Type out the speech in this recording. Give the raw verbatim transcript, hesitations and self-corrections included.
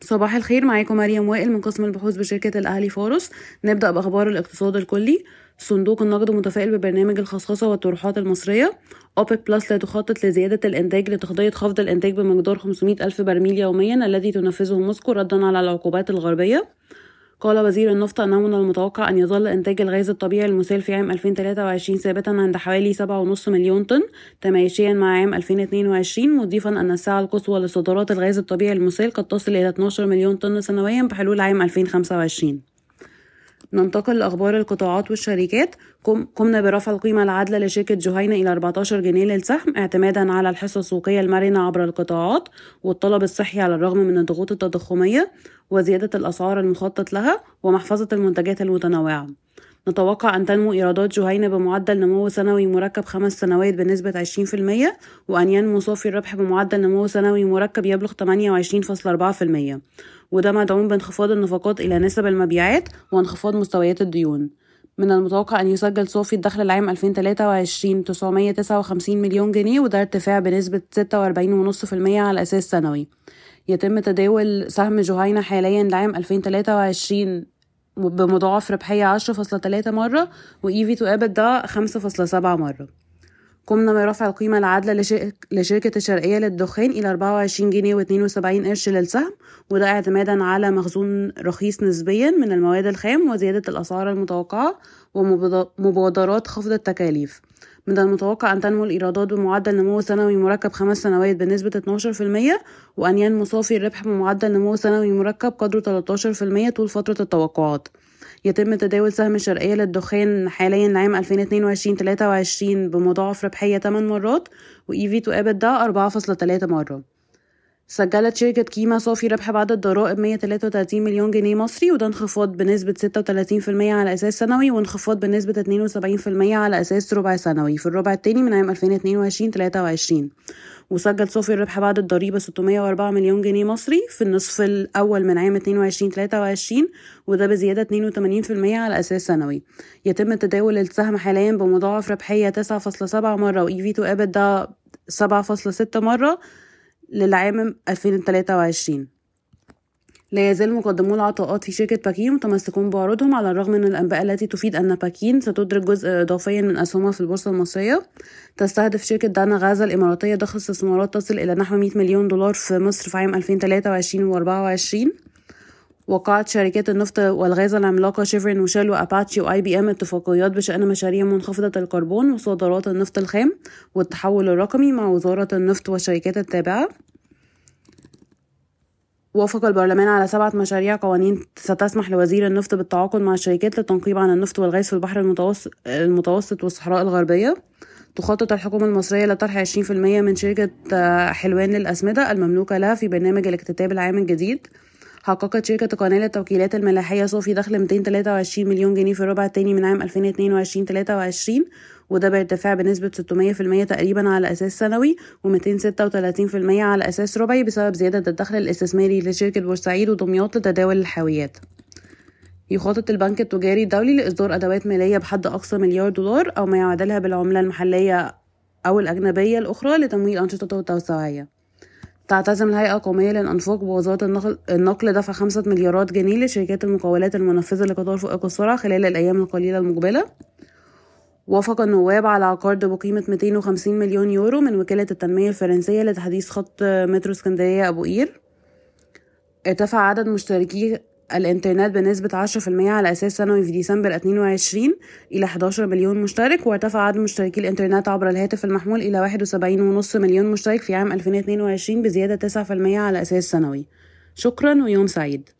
صباح الخير، معاكم مريم وائل من قسم البحوث بشركة الأهلي فارس. نبدأ بأخبار الاقتصاد الكلي. صندوق النقد متفائل ببرنامج الخصخصة والطروحات المصرية. أوبك بلس لا تخطط لزيادة الإنتاج لتغطية خفض الإنتاج بمقدار خمسمائة ألف برميل يوميا الذي تنفذه موسكو ردا على العقوبات الغربية. قال وزير النفط أنه من المتوقع أن يظل إنتاج الغاز الطبيعي المسال في عام ألفين وثلاثة وعشرين ثابتا عند حوالي سبعة فاصلة خمسة مليون طن تماشيا مع عام ألفين واثنين وعشرين، مضيفا أن السعة القصوى لصادرات الغاز الطبيعي المسال قد تصل إلى اثني عشر مليون طن سنويا بحلول عام ألفين وخمسة وعشرين. ننتقل لأخبار القطاعات والشركات. قمنا برفع القيمة العادلة لشركة جهينة إلى أربعة عشر جنيه للسهم اعتمادا على الحصة السوقية المرنة عبر القطاعات والطلب الصحي على الرغم من الضغوط التضخمية وزيادة الأسعار المخطط لها ومحفظة المنتجات المتنوعة. نتوقع أن تنمو إيرادات جهينة بمعدل نمو سنوي مركب خمس سنوات بنسبة عشرين بالمئة، وأن ينمو صافي الربح بمعدل نمو سنوي مركب يبلغ ثمانية وعشرين فاصلة أربعة بالمئة، وده مدعوم بانخفاض النفقات إلى نسب المبيعات وانخفاض مستويات الديون. من المتوقع أن يسجل صافي الدخل العام ألفين وثلاثة وعشرين تسعمائة وتسعة وخمسين مليون جنيه، وده ارتفاع بنسبة ستة وأربعين فاصلة خمسة بالمئة على أساس سنوي. يتم تداول سهم جهينة حاليا لعام ألفين وثلاثة وعشرين بمضاعف ربحية عشرة فاصلة ثلاثة مرة وإي في تو إبدا خمسة فاصلة سبعة مرة. قمنا برفع القيمة العادلة لشركة, لشركة الشرقية للدخان إلى أربعة وعشرين جنيه واثنين وسبعين قرش للسهم، وده اعتمادا على مخزون رخيص نسبيا من المواد الخام وزيادة الأسعار المتوقعة ومبادرات خفض التكاليف. من المتوقع أن تنمو الإيرادات بمعدل نمو سنوي مركب خمس سنوات بنسبة اثني عشر بالمئة، وأن ينمو صافي الربح بمعدل نمو سنوي مركب قدره ثلاثة عشر بالمئة طول فترة التوقعات. يتم تداول سهم الشرقية للدخان حاليا لعام ألفين واثنين وعشرين ثلاثة وعشرين بمضاعف ربحية ثماني مرات وإي في تو إبدا أربعة فاصلة ثلاثة مرة. سجلت شركة كيما صافي ربح بعد الضرائب مائة وثلاثة وثلاثين مليون جنيه مصري، وده انخفاض بنسبة ستة وثلاثين بالمئة على أساس سنوي وانخفاض بنسبة اثنين وسبعين بالمئة على أساس ربع سنوي في الربع الثاني من عام ألفين واثنين وعشرين ثلاثة وعشرين. وسجل صافي الربح بعد الضريبة ستمائة وأربعة مليون جنيه مصري في النصف الأول من عام اثنين وعشرين ثلاثة وعشرين، وده بزيادة اثنين وثمانين بالمئة على أساس سنوي. يتم تداول السهم حاليا بمضاعف ربحية تسعة فاصلة سبعة مرة وإي في تو إبدا سبعة فاصلة ستة مرة للعام ألفين وثلاثة وعشرين. لا يزال مقدمو العطاءات في شركة باكين متمسكون بعروضهم على الرغم من الأنباء التي تفيد أن باكين ستدرك جزء إضافيا من أسهمها في البورصة المصرية. تستهدف شركة دانا غازا الإماراتية ضخ استثمارات تصل إلى نحو مائة مليون دولار في مصر في عام ألفين وثلاثة وعشرين وأربعة وعشرين. وقعت شركات النفط والغاز العملاقة شيفرين وشيل وأباتشي وآي بي إم اتفاقيات بشأن مشاريع منخفضة الكربون وصادرات النفط الخام والتحول الرقمي مع وزارة النفط والشركات التابعة. وافق البرلمان على سبعة مشاريع قوانين ستسمح لوزير النفط بالتعاقد مع الشركات للتنقيب عن النفط والغاز في البحر المتوسط, المتوسط والصحراء الغربية. تخطط الحكومة المصرية لطرح عشرين بالمئة من شركة حلوان للأسمدة المملوكة لها في برنامج الاكتتاب العام الجديد. حققت شركة قناة للتوكيلات الملاحية صافي دخل مئتين وثلاثة وعشرين مليون جنيه في الربع الثاني من عام ألفين واثنين وعشرين ثلاثة وعشرين، وده بارتفاع بنسبة ستمائة بالمئة تقريبا على أساس سنوي ومئتين وستة وثلاثين بالمئة على أساس ربعي بسبب زيادة الدخل الاستثماري لشركة بورسعيد ودمياط لتداول الحاويات. يخطط البنك التجاري الدولي لإصدار أدوات مالية بحد أقصى مليار دولار أو ما يعادلها بالعملة المحلية أو الأجنبية الأخرى لتمويل أنشطته التوسعية. تعتزم الهيئة القومية للأنفاق بوزارة النقل, النقل دفع خمسة مليارات جنيه لشركات المقاولات المنفذة لقطار فائق السرعة خلال الأيام القليلة المقبلة. وافق النواب على عقد بقيمة مئتين وخمسين مليون يورو من وكالة التنمية الفرنسية لتحديث خط مترو اسكندرية أبو قير. ارتفع عدد مشتركي الانترنت بنسبة عشرة بالمئة على أساس سنوي في ديسمبر اثنين وعشرين إلى أحد عشر مليون مشترك، وارتفع عدد مشتركي الانترنت عبر الهاتف المحمول إلى واحد وسبعين فاصلة خمسة مليون مشترك في عام ألفين واثنين وعشرين بزيادة تسعة بالمئة على أساس سنوي. شكرا ويوم سعيد.